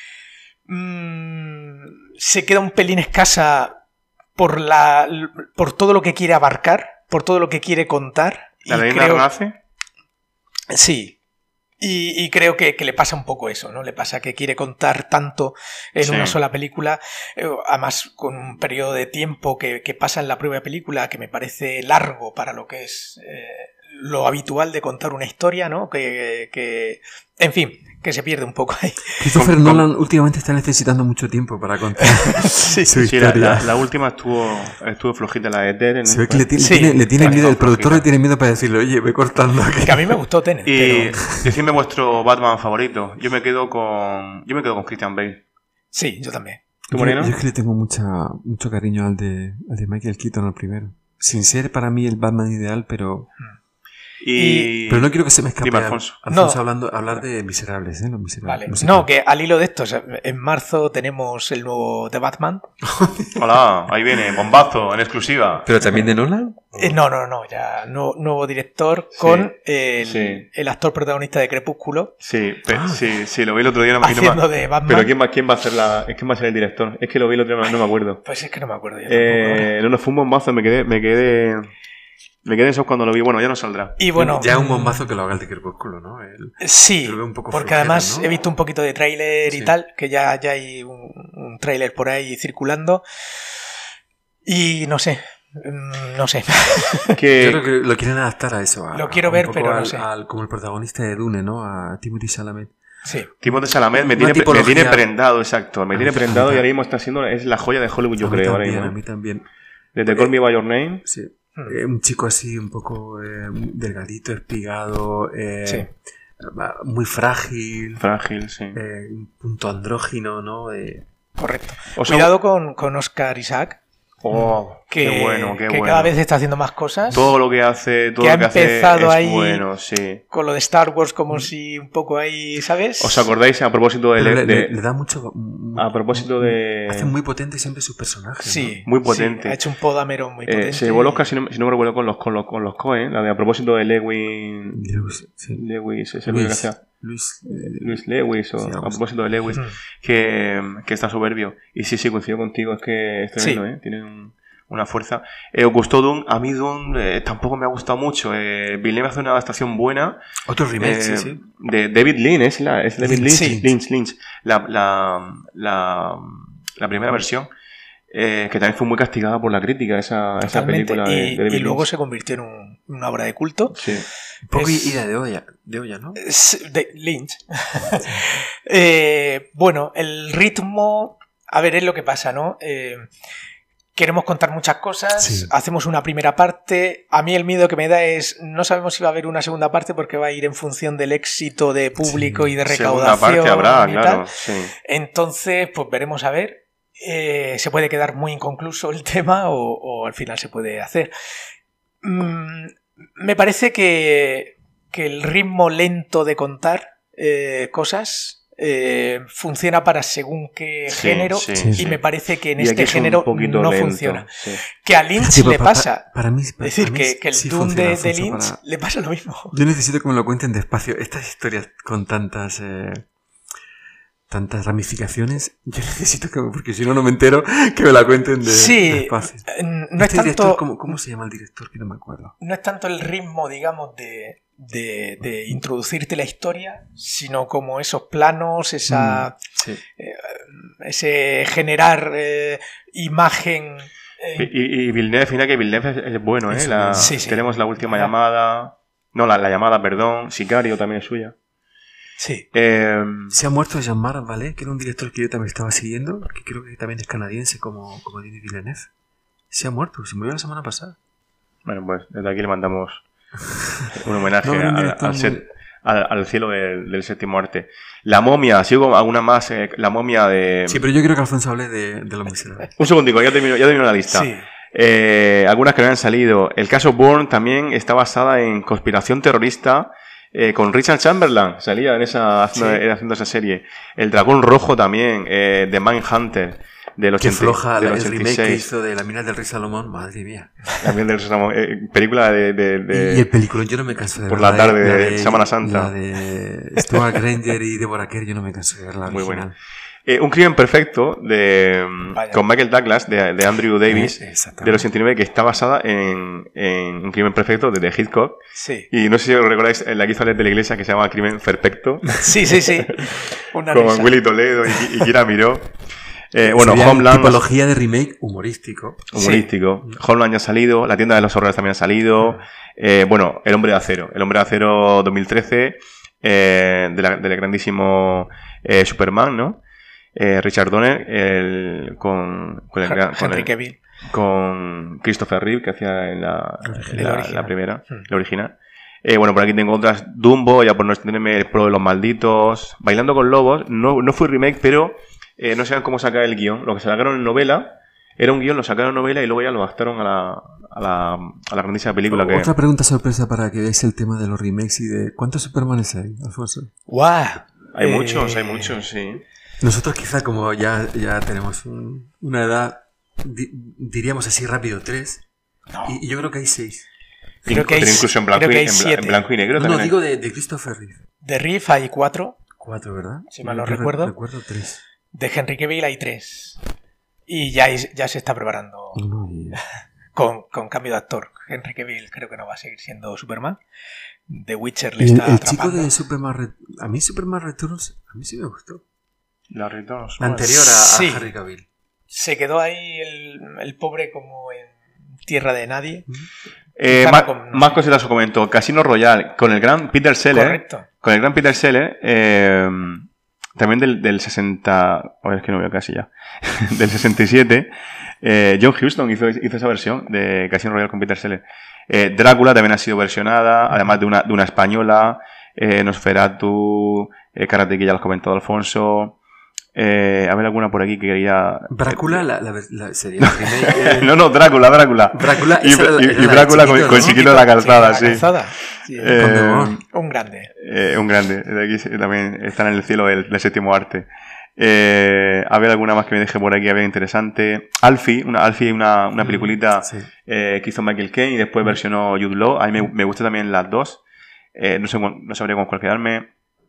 mmm, se queda un pelín escasa por, la, por todo lo que quiere abarcar, por todo lo que quiere contar. ¿La y leyenda creo- renace? Sí. Y, y creo que, que le pasa un poco eso, ¿no? Le pasa que quiere contar tanto en Sí. una sola película, eh, además con un periodo de tiempo que, que pasa en la propia película que me parece largo para lo que es eh, lo habitual de contar una historia, ¿no? Que, que, en fin, que se pierde un poco ahí. Christopher Nolan últimamente está necesitando mucho tiempo para contar sí, su sí, historia. La, la, la última estuvo, estuvo flojita, la de Tenet. Se ve que le tiene, sí, tiene, le tiene miedo, el productor flojita. le tiene miedo para decirle, oye, voy cortando aquí. Que a mí me gustó Tenet. Y pero... decidme vuestro Batman favorito. Yo me quedo con yo me quedo con Christian Bale. Sí, yo también. ¿Tú, Yo, Moreno? yo es que le tengo mucha, mucho cariño al de, al de Michael Keaton, al primero. Sin ser para mí el Batman ideal, pero... Y... Pero no quiero que se me escape Dime, Al- Alfonso. Alfonso No. hablando, hablar de Miserables, ¿eh? Los Miserables. Vale. Musical. No, que al hilo de esto, o sea, en marzo tenemos el nuevo The Batman. Hola, ahí viene, bombazo, en exclusiva. ¿Pero también de Nolan? Eh, no, no, no, ya no, nuevo director con el, sí. el actor protagonista de Crepúsculo Sí, pe- Ah. sí, sí, lo vi el otro día. No, me- no haciendo me- de Batman. Pero ¿quién va, quién va a ser la, quién va a ser el director? Es que lo vi el otro día, no me acuerdo. Pues es que no me acuerdo yo tampoco ahora. Eh, no, no, fue un bombazo, me quedé, me quedé, me quedé en shock cuando lo vi. Bueno, ya no saldrá. Y bueno, Ya un mm, bombazo que lo haga el de Crepúsculo, ¿no? El- Sí, lo veo un poco porque flojera, además ¿no? he visto un poquito de tráiler y Sí. tal, que ya, ya hay un, un tráiler por ahí circulando. Y no sé, mm, no sé. Que, Yo creo que lo quieren adaptar a eso. A, Lo quiero a un ver, poco pero no al- sé. al- como el protagonista de Dune, ¿no? A Timothy Chalamet. Sí. Timothée Chalamet me Una tiene, me tipología- tiene prendado, exacto. Me A tiene mí- prendado a mí y ahora mismo está siendo, es la joya de Hollywood, yo a mí creo. Ahora también, mismo. a mí también. Desde Call Me By Your Name. Sí. Hmm. Eh, un chico así, un poco eh, delgadito, espigado, eh, Sí. muy frágil, Frágil, sí. eh, un punto andrógino, ¿no? Eh, Correcto. O sea, Cuidado con, con Oscar Isaac, Oh, que, qué bueno, qué que bueno. cada vez está haciendo más cosas. Todo lo que hace, todo que lo ha que hace empezado es ahí- bueno, sí. Con lo de Star Wars como si un poco ahí, ¿sabes? ¿Os acordáis a propósito de, pero le, de- le- le da mucho... mm, a propósito de Hace muy potente siempre sus personajes. Sí, muy potente. sí, ha hecho un Podameron muy eh, potente. se llevó el Oscar, si no, si no me recuerdo, con los, con los, con los Coen, la de a propósito de Lewin, ¿no? Lewis, sí. Lewis, es el Luis, que hacía- Luis, eh, Luis Lewis, o Sí, algo a así. propósito de Lewis, Mm. que, que está soberbio. Y sí, sí, coincido contigo, es que es tremendo, Sí. ¿eh? Tiene un- una fuerza. Eh, ¿Os gustó Dune? A mí Dune eh, tampoco me ha gustado mucho. Eh, Villeneuve hace una adaptación buena. Otro remake, eh, sí, sí. De David Lynch, ¿es, la, es David Lynch? Sí. Lynch, Lynch. La, la, la, la primera versión, eh, que también fue muy castigada por la crítica, esa, esa Totalmente. película de, y, de David y luego Lynch. se convirtió en un- una obra de culto. Sí. Un poco es- ida de olla, de olla, ¿no? Es de Lynch. Eh, bueno, el ritmo. A ver, es lo que pasa, ¿no? Eh, queremos contar muchas cosas. Sí. Hacemos una primera parte. A mí el miedo que me da es. No sabemos si va a haber una segunda parte porque va a ir en función del éxito de público Sí. y de Segunda recaudación. parte habrá, y claro. tal. Sí. Entonces, pues veremos a ver. Eh, se puede quedar muy inconcluso el tema o, o al final se puede hacer. Mm, me parece que, que el ritmo lento de contar eh, cosas eh, funciona para según qué Sí, género sí, Sí, y sí. me parece que en Y aquí este es un género poquito no lento, funciona. sí. Que a Lynch Sí, le pa- pa- pasa. Para mí, Es para decir, mí que, que el sí Dune funciona, de, de Alfonso, Lynch para- le pasa lo mismo. Yo necesito que me lo cuenten despacio. Estas historias con tantas eh, tantas ramificaciones, yo necesito que, porque si no, no me entero, que me la cuenten de, Sí, despacio. eh, no es Este director, tanto... ¿cómo, ¿Cómo se llama el director? Que no me acuerdo. no es tanto el ritmo, digamos, de, de, de introducirte la historia, sino como esos planos, esa, Sí. ese generar eh, imagen. eh, Y, y Villeneuve, fíjate que Villeneuve es, es bueno, ¿eh? Es La- bueno. Sí, sí. Tenemos la última Ah. llamada. No, la, la llamada, perdón. Sicario también es suya. sí. Eh, Se ha muerto Jean-Marc Vallée, que era un director que yo también estaba siguiendo, que creo que también es canadiense como, como Denis Villeneuve. Se ha muerto, se murió la semana pasada. bueno, pues desde aquí le mandamos un homenaje No, era un al, director al muy- set- al- al cielo del, del séptimo arte. La momia, sigo alguna más. eh, la momia de. Sí, pero yo quiero que Alfonso hable de, de Los Miserables. Un segundico, ya termino, ya termino la lista. Sí. Eh, algunas que no han salido. El caso Bourne también está basada en conspiración terrorista eh, con Richard Chamberlain. Salía en esa, haciendo, Sí. haciendo esa serie. El dragón rojo también, eh, de Mindhunter, del Que ochenta, floja del la- el remake que ochenta y seis. hizo de La mina del rey Salomón, madre mía. También del Ramón, eh, película de... de- de- Y el película, yo no me canso de por verla. la tarde La de Semana Santa. La de Stuart Granger y Deborah Kerr, yo no me canso de verla. Muy original. buena. Eh, un crimen perfecto de Vaya. con Michael Douglas, de, de Andrew Davis, Eh, exactamente. del ochenta y nueve, que está basada en, en un crimen perfecto de, de Hitchcock. Sí. Y no sé si os recordáis en la que hizo Alex de la Iglesia, que se llama Crimen Perfecto, Sí, sí, sí. Una con risa. Willy Toledo y, y Kira Miró. Eh, bueno, Sería Homeland, tipología de remake humorístico. humorístico. Homeland ya ha salido, La tienda de los horrores también ha salido. Eh, bueno, El hombre de acero. El hombre de acero dos mil trece. eh, de la, del grandísimo eh, Superman, ¿no? Eh, Richard Donner el, con, con, el, Henry con, el, Cavill. con Christopher Reeve, que hacía en la, en la, la primera, hmm. la original. Eh, bueno, por aquí tengo otras. Dumbo, ya por no extenderme, El pueblo de los malditos. Bailando con lobos, no, no fue remake, pero eh, no saben cómo sacar el guión. Lo que se sacaron en novela, era un guión, lo sacaron en novela y luego ya lo adaptaron a la, a la, a la grandísima película. Que... Otra pregunta sorpresa para que veáis el tema de los remakes y de... ¿Cuántos Supermanes hay, Alfonso? ¡Guau! Hay eh... muchos, hay muchos, sí. Nosotros quizá como ya, ya tenemos un, una edad, di, diríamos así rápido, tres. No. Y, y yo creo que hay seis. Creo que hay, incluso en blanco, y, en, bla, en blanco y negro. No, no digo de, de Christopher Reeve. De Reeve hay cuatro. Cuatro, ¿verdad? Si mal no recuerdo. Recuerdo tres. De Henry Cavill hay tres. Y ya, ya se está preparando no, y... con, con cambio de actor. Henry Cavill creo que no va a seguir siendo Superman. The Witcher le está el, el atrapando. chico de Superman... A mí Superman Returns, a mí sí me gustó. La Returns. La anterior a, sí. a Henry Cavill. Se quedó ahí el, el pobre como en tierra de nadie. Eh, más, con... más cositas os comento. Casino Royale, con el gran Peter Sellers. Correcto. Con el gran Peter Sellers, eh, también del, del sesenta... A ver, es que no veo casi ya. Del sesenta y siete. Eh, John Huston hizo, hizo esa versión de Casino Royale con Peter Sellers. Eh, Drácula también ha sido versionada, además de una, de una española. Eh, Nosferatu, eh, Karate, que ya lo has comentado, Alfonso. Eh, a ver alguna por aquí que quería... Drácula la, la, la sería la remake. no, no, Drácula, Drácula. Drácula y, la, y, y Drácula con, con el chiquito de la calzada, sí. La calzada. sí eh, un grande. Eh, un grande. De aquí también están en el cielo del, del séptimo arte. Eh, a ver alguna más que me deje por aquí, a ver, interesante. Alfie, una, Alfie, una, una peliculita sí. eh, que hizo Michael Caine y después versionó Jude Law. A mí me, me gustan también las dos. Eh, no sé, no sabría con cuál quedarme.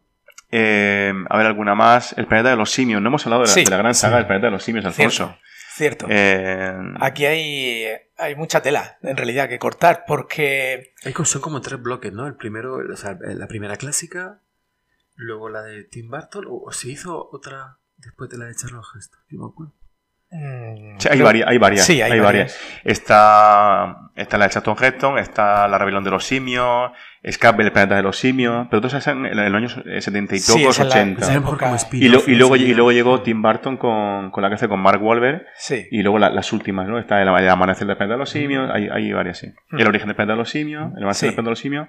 Eh, a ver alguna más. El planeta de los simios. No hemos hablado de la, sí, de la gran saga sí. del planeta de los simios, Alfonso. Cierto. cierto. Eh, Aquí hay, hay mucha tela, en realidad, que cortar, porque... Hay, son como tres bloques, ¿no? El primero, o sea, la primera clásica, luego la de Tim Burton, o se hizo otra después de la de Charlton Heston, ¿no me acuerdo? Mm, sí, hay, vari hay varias. Sí, hay, hay varias. varias. Está, está la de Charlton Heston, está la rebelión de los simios, Escape del planeta de los simios, pero todas esas en, en los años setenta y sí, pocos, ochenta. Y, lo, y, luego, y luego llegó Tim Burton con, con la que hace con Mark Wahlberg. Sí. Y luego la, las últimas, ¿no? Está el, el amanecer del planeta de los simios, hay, hay varias, sí. Mm. El origen del planeta de los simios, el amanecer sí. del planeta de los simios.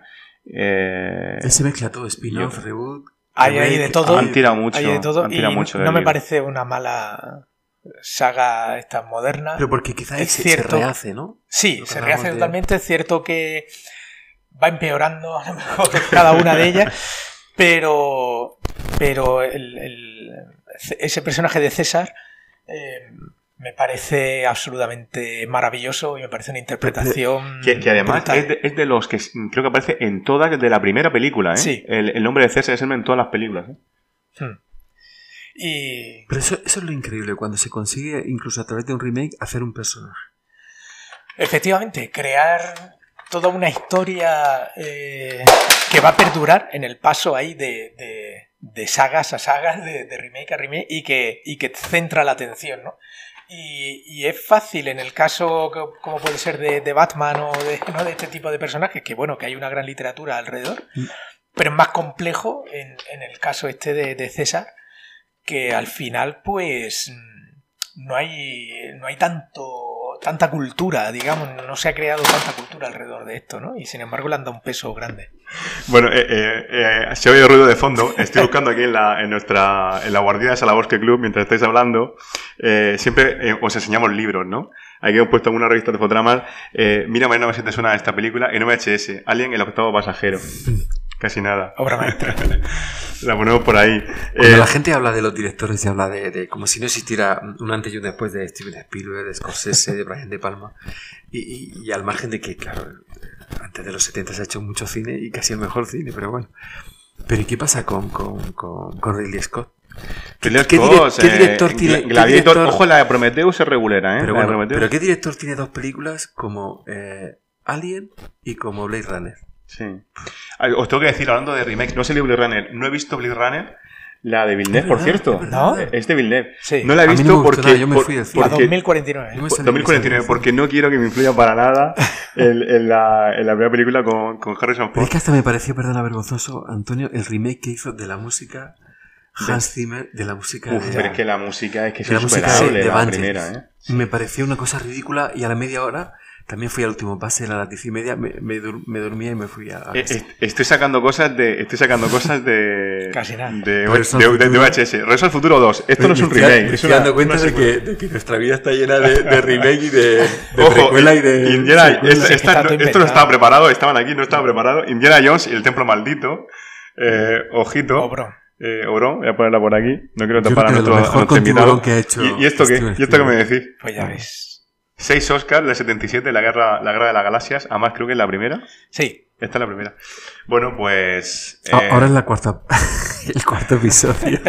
Eh, se mezcla todo, spin-off, reboot. Hay, hay de todo. Han tirado mucho. Hay de todo. Han tirado y mucho no me libro. parece una mala saga esta moderna. Pero porque quizás es se, cierto, se rehace, ¿no? Sí, se rehace de... totalmente. Es cierto que va empeorando a lo mejor cada una de ellas, pero pero el, el, ese personaje de César eh, me parece absolutamente maravilloso y me parece una interpretación que, que además es de, es de los que creo que aparece en todas de la primera película, ¿eh? Sí. El, el nombre de César es en todas las películas, ¿eh? Hmm. Y... Pero eso, eso es lo increíble, cuando se consigue, incluso a través de un remake, hacer un personaje. Efectivamente, crear toda una historia eh, que va a perdurar en el paso ahí de, de, de sagas a sagas, de, de remake a remake, y que, y que centra la atención, ¿no? Y, y es fácil en el caso que, como puede ser de, de Batman o de, ¿no? de este tipo de personajes, que bueno, que hay una gran literatura alrededor, pero es más complejo en, en el caso este de, de César, que al final pues no hay, no hay tanto tanta cultura, digamos, no se ha creado tanta cultura alrededor de esto, ¿no? Y sin embargo le han dado un peso grande. Bueno, eh, eh, eh, se oye ruido de fondo. Estoy buscando aquí en la, en nuestra, en la guardia de Salabosque Club, mientras estáis hablando, eh, siempre eh, os enseñamos libros, ¿no? Aquí hemos puesto en una revista de fotogramas, eh, mira, Mariano, a ver si te suena esta película, en V H S, Alien, el octavo pasajero. Casi nada. Obra maestra. La ponemos por ahí. Cuando eh, la gente habla de los directores, se habla de, de como si no existiera un antes y un después de Steven Spielberg, de Scorsese, de Brian De Palma. Y, y, y al margen de que, claro, antes de los setenta se ha hecho mucho cine y casi el mejor cine, pero bueno. Pero ¿y qué pasa con, con, con, con Ridley Scott? Ridley ¿Qué, Scott, ¿qué director eh, tiene? Gladiator, ¿qué director? Ojo, la de Prometheus es regulera, ¿eh? Pero, la bueno, de pero ¿qué director tiene dos películas como eh, Alien y como Blade Runner? Sí. Os tengo que decir, hablando de remakes, no sé el Blade Runner, no he visto Blade Runner, La de Villeneuve, por cierto. ¿No? Es de Villeneuve. Sí. No la he A mí visto no me gustó porque... nada, yo me por- fui del porque- cine. A dos mil cuarenta y nueve. Yo me salí dos mil cuarenta y nueve, del porque no quiero que me influya para nada en, en la, en la primera película con, con Harrison Pero es Ford. que hasta me pareció, perdona, vergonzoso, Antonio, el remake que hizo de la música Hans Zimmer, de la música Uf, de, pero es que la música es que es de la música insuperable, de, de la Vangelis. primera, ¿eh? Me pareció una cosa ridícula y a la media hora también fui al último pase, a las diez y media, me, me, dur- me dormía y me fui a... a Eh, eh, Estoy sacando cosas de. Estoy sacando cosas de. Casi nada. De, Regreso de, al de, de futuro. V H S. Regreso al futuro dos. Esto no es un Me estoy- remake. Me Es estoy una, dando cuenta una de, secuela. que, de que nuestra vida está llena de, de remake y de, de Ojo, precuela y de... Indiana, secuela. es- esta- Está todo no- esto no inventado. estaba preparado, estaban aquí, no estaba preparado. Indiana Jones y el templo maldito. Eh, ojito. Obrón. Eh, Obrón, voy a ponerla por aquí. No quiero Yo tapar a creo que nuestro, lo a mejor nuestro con invitado. tiburón que ha hecho ¿Y, y esto qué? Steven ¿Y esto qué me Spielberg. decís? Pues ya ves. Seis Oscars del setenta y siete, la guerra, la guerra de las galaxias. Además, creo que es la primera. Sí. Esta es la primera. Bueno, pues. Ah, eh, Ahora es la cuarta... el cuarto episodio.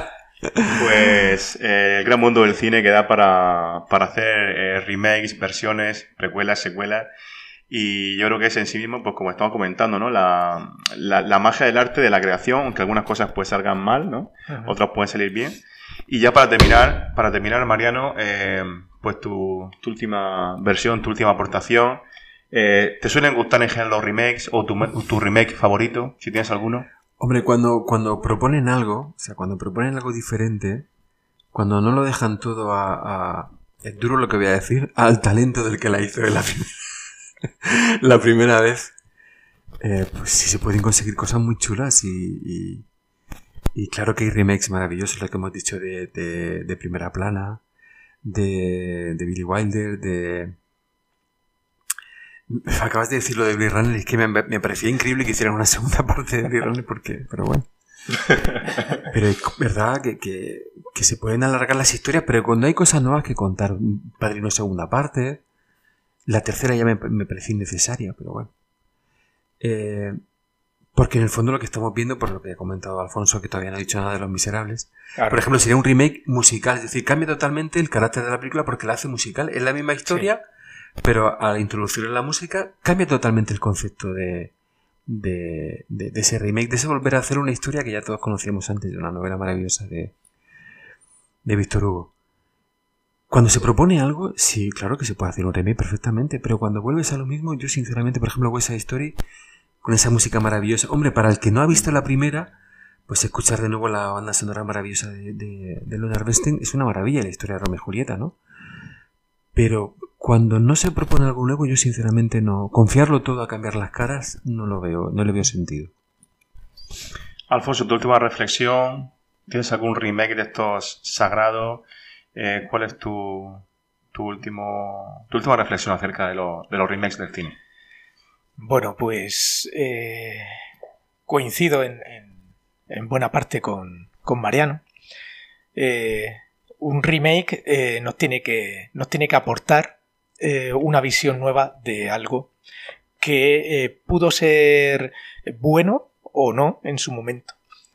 Pues eh, el gran mundo del cine que da para, para hacer eh, remakes, versiones, precuelas, secuelas. Y yo creo que es en sí mismo, pues como estamos comentando, ¿no? La, la, la magia del arte de la creación, aunque algunas cosas pues salgan mal, ¿no? Ujú. Otras pueden salir bien. Y ya para terminar, para terminar, Mariano, eh, pues tu, tu última versión, tu última aportación. Eh, ¿Te suelen gustar en general los remakes o tu, tu remake favorito, si tienes alguno? Hombre, cuando, cuando proponen algo, o sea, cuando proponen algo diferente, cuando no lo dejan todo a... a es duro lo que voy a decir, al talento del que la hizo en la, prim- la primera vez, eh, pues sí se pueden conseguir cosas muy chulas y, y, y claro que hay remakes maravillosos, lo que hemos dicho de, de, de Primera Plana, de, de Billy Wilder, de... Acabas de decir lo de Blade Runner y es que me, me parecía increíble que hicieran una segunda parte de Blade Runner porque, pero bueno. Pero es verdad que, que, que se pueden alargar las historias, pero cuando hay cosas nuevas que contar, Padrino segunda parte, la tercera ya me, me parecía innecesaria, pero bueno. Eh, porque en el fondo lo que estamos viendo, por lo que ha comentado Alfonso, que todavía no ha dicho nada de Los Miserables, Claro. por ejemplo, sería un remake musical, es decir, cambia totalmente el carácter de la película porque la hace musical, es la misma historia, pero al introducir la música cambia totalmente el concepto de, de, de, de ese remake, de ese volver a hacer una historia que ya todos conocíamos antes, de una novela maravillosa de, de Víctor Hugo. Cuando se propone algo, sí, claro que se puede hacer un remake perfectamente, pero cuando vuelves a lo mismo, yo sinceramente, por ejemplo, West Side Story, con esa música maravillosa, hombre, para el que no ha visto la primera, pues escuchar de nuevo la banda sonora maravillosa de, de, de Leonard Bernstein es una maravilla, la historia de Romeo y Julieta, ¿no? Pero cuando no se propone algo nuevo, yo sinceramente no. Confiarlo todo a cambiar las caras, no lo veo, no le veo sentido. Alfonso, tu última reflexión. ¿Tienes algún remake de estos sagrados? Eh, ¿Cuál es tu, tu, último, tu última reflexión acerca de, lo, de los remakes del cine? Bueno, pues eh, coincido en, en, en buena parte con, con Mariano. Eh, un remake eh, nos, tiene que, nos tiene que aportar eh, una visión nueva de algo que eh, pudo ser bueno o no en su momento.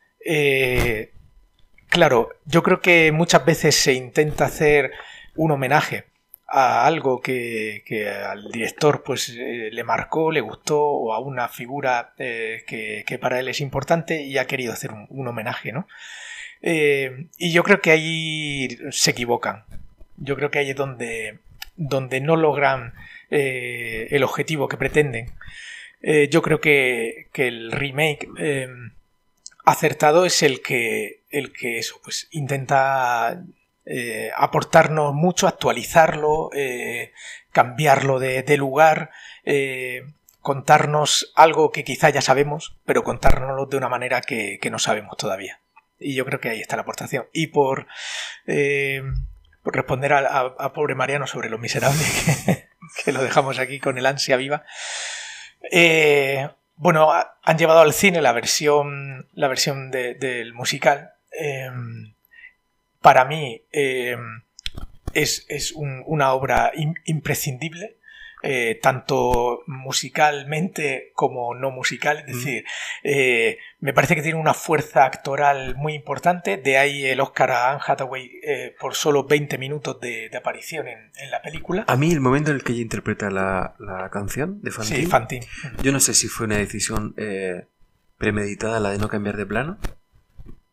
Eh, claro, yo creo que muchas veces se intenta hacer un homenaje a algo que, que al director pues eh, le marcó, le gustó, o a una figura eh, que, que para él es importante y ha querido hacer un, un homenaje, ¿no? Eh, y yo creo que ahí se equivocan. Yo creo que ahí es donde, donde no logran eh, el objetivo que pretenden. Eh, yo creo que, que el remake eh, acertado es el que, el que eso, pues intenta eh, aportarnos mucho, actualizarlo, eh, cambiarlo de, de lugar, eh, contarnos algo que quizá ya sabemos, pero contárnoslo de una manera que, que no sabemos todavía. Y yo creo que ahí está la aportación. Y por, eh, por responder a, a, a pobre Mariano sobre Los Miserables, que, que lo dejamos aquí con el ansia viva. Eh, bueno, a, han llevado al cine la versión, la versión de, del musical. Eh, para mí eh, es, es un, una obra in, imprescindible. Eh, tanto musicalmente como no musical, es decir, eh, me parece que tiene una fuerza actoral muy importante, de ahí el Oscar a Anne Hathaway eh, por solo veinte minutos de, de aparición en, en la película. A mí el momento en el que ella interpreta la, la canción de Fantine, sí, Fantine, yo no sé si fue una decisión eh, premeditada la de no cambiar de plano,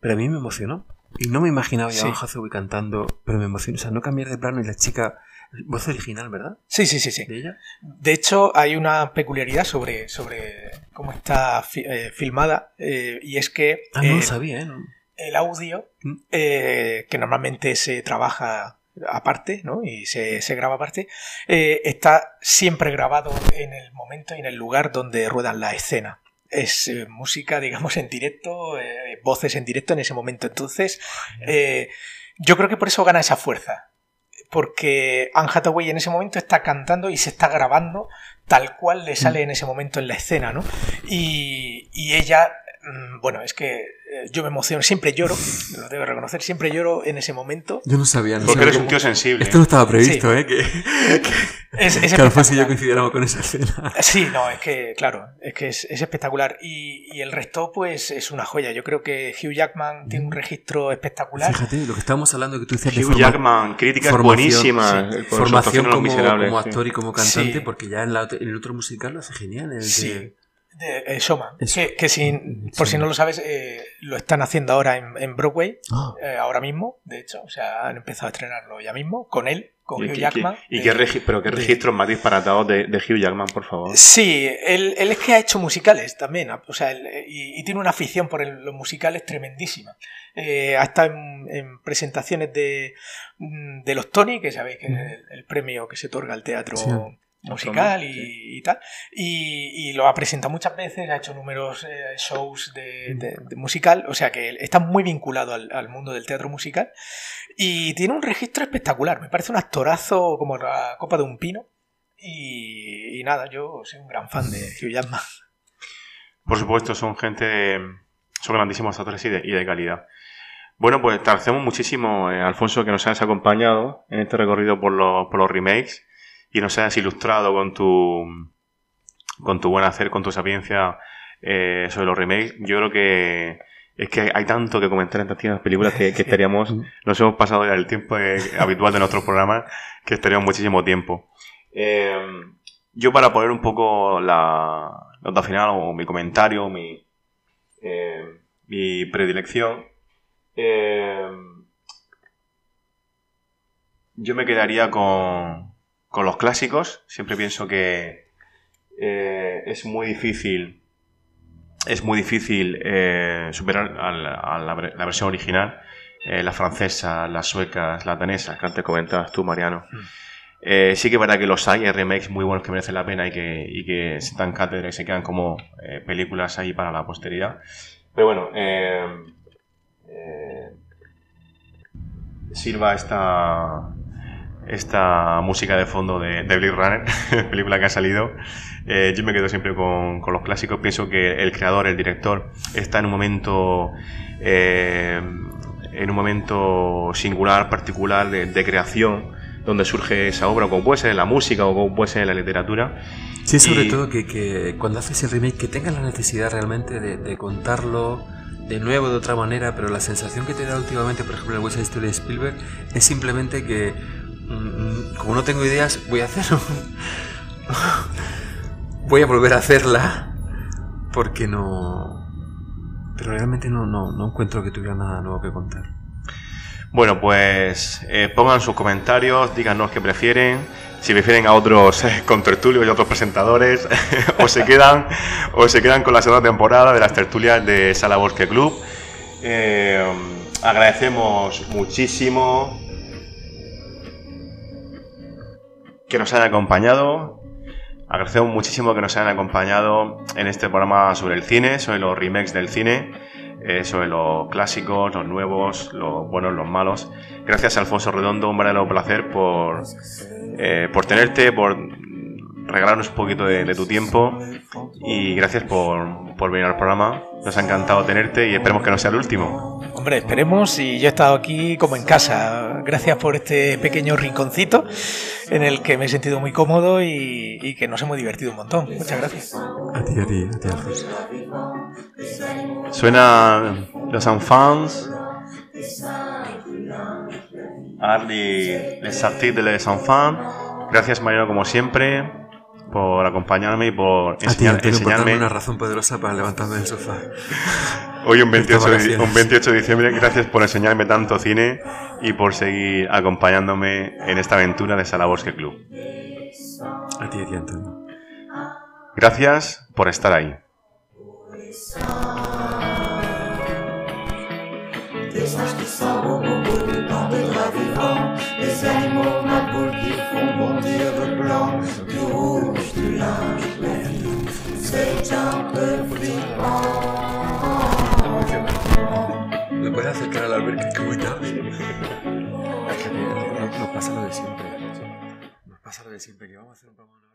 pero a mí me emocionó. Y no me imaginaba ya a Sí. Anne Hathaway cantando, pero me emocionó. O sea, no cambiar de plano y la chica... Voz original, ¿verdad? Sí, sí, sí, sí. ¿De ella? De hecho, hay una peculiaridad sobre, sobre cómo está fi- eh, filmada, eh, y es que Ah, no eh, lo sabía, ¿eh? No. el audio, ¿Mm? eh, que normalmente se trabaja aparte, ¿no? Y se, se graba aparte, eh, está siempre grabado en el momento y en el lugar donde ruedan la escena. Es eh, música, digamos, en directo, eh, voces en directo en ese momento. Entonces, eh, yo creo que por eso gana esa fuerza. Porque Anne Hathaway en ese momento está cantando y se está grabando tal cual le sale en ese momento en la escena, ¿no? Y, y ella, bueno, es que yo me emociono, siempre lloro, lo debo reconocer, siempre lloro en ese momento. Yo no sabía. No Porque sabía eres un cómo... tío sensible. Esto no estaba previsto, Sí. ¿eh? Que, que, Es, es que Alfonso y yo espectacular. coincidiéramos con esa escena. Sí, no, es que, claro, es que es, es espectacular. Y, y el resto, pues, es una joya. Yo creo que Hugh Jackman tiene un registro espectacular. Fíjate, lo que estábamos hablando que tú decías de Hugh forma- Jackman, críticas formación, buenísimas. sí. Con su formación actuación en Los como, Miserables, como sí. actor y como cantante, Sí. porque ya en, la, en el otro musical lo hace genial. El Sí. de... De, eh, Showman, Eso. que, que si, por si no lo sabes, eh, lo están haciendo ahora en, en Broadway, Ah. eh, ahora mismo, de hecho, o sea, han empezado a estrenarlo ya mismo, con él, con ¿Y, Hugh qué- Jackman. qué- y de- qué regi- pero qué de- registros más disparatados de, de Hugh Jackman, por favor? Sí, él, él es que ha hecho musicales también, o sea, él- y, y tiene una afición por el- los musicales tremendísima. Eh, ha estado en, en presentaciones de, de los Tony, que sabéis que es el, el premio que se otorga al teatro Sí. musical y, Sí. y tal, y, y lo ha presentado muchas veces, ha hecho números, eh, shows de, de- de musical, o sea que él está muy vinculado al, al mundo del teatro musical y tiene un registro espectacular, me parece un actorazo como la copa de un pino. Y, y nada, yo soy un gran fan de Hugh Jackman. Por supuesto, son gente de, son grandísimos actores y de, y de calidad. Bueno, pues te agradecemos muchísimo, eh, Alfonso, que nos hayas acompañado en este recorrido por los, por los remakes y nos hayas ilustrado con tu con tu buen hacer, con tu sapiencia eh, sobre los remakes. Yo creo que es que hay tanto que comentar en tantas películas que, que estaríamos, nos hemos pasado ya el tiempo eh, habitual de nuestros programas, que estaríamos muchísimo tiempo. Eh, yo para poner un poco la nota final o mi comentario, mi, eh, mi predilección, eh, yo me quedaría con, con los clásicos. Siempre pienso que eh, es muy difícil es muy difícil eh, superar a la, a la, la versión original, eh, la francesa, las suecas, las danesas, que antes comentabas tú, Mariano. Mm. Eh, sí que es verdad que los hay, hay remakes muy buenos que merecen la pena y que, y que se dan cátedra y se quedan como eh, películas ahí para la posteridad. Pero bueno, eh, eh, sirva esta, esta música de fondo de, de Blade Runner, película que ha salido. Eh, yo me quedo siempre con, con los clásicos. Pienso que el creador, el director, está en un momento eh, en un momento singular, particular de, de creación, donde surge esa obra, como puede ser en la música o como puede ser en la literatura. Sí, sobre y... todo que, que cuando haces el remake que tengas la necesidad realmente de, de contarlo de nuevo de otra manera, pero la sensación que te da últimamente, por ejemplo, en el West Side Story de Spielberg, es simplemente que mmm, como no tengo ideas, voy a hacerlo. Voy a volver a hacerla porque no... Pero realmente no, no, no encuentro que tuviera nada nuevo que contar. Bueno, pues eh, pongan sus comentarios, díganos qué prefieren, si prefieren a otros eh, contertulios y otros presentadores, o se quedan o se quedan con la segunda temporada de las tertulias de Sala Bosque Club. Eh, agradecemos muchísimo que nos hayan acompañado. Agradecemos muchísimo que nos hayan acompañado en este programa sobre el cine, sobre los remakes del cine. Eh, sobre los clásicos, los nuevos, los buenos, los malos. Gracias, Alfonso Redondo, un verdadero placer por, eh, por tenerte, por regalarnos un poquito de, de tu tiempo y gracias por, por venir al programa. Nos ha encantado tenerte y esperemos que no sea el último. Hombre, esperemos, y yo he estado aquí como en casa. Gracias por este pequeño rinconcito en el que me he sentido muy cómodo y, y que nos hemos divertido un montón. Muchas gracias. A ti, a ti, a ti, Alfonso. Suena los enfants. Ardi les artistes de les enfants. Gracias, Mariano, como siempre. por acompañarme y por enseñar, a ti, Antonio, enseñarme. Por darme una razón poderosa para levantarme del sofá. Hoy, un veintiocho, de, un veintiocho de diciembre, gracias por enseñarme tanto cine y por seguir acompañándome en esta aventura de Sala Bosque Club. A ti, a ti, Antonio. Gracias por estar ahí. Des anges qui s'envolent au bout du temps de draps vivants, des animaux maboules qui font bondir de blanc, du rouge, du linge bleu, c'est un peu flippant. ¿Le puedes acercar a la alberca que voy tarde? Nos pasa lo de siempre. Nos pasa lo de siempre, que vamos a hacer un programa.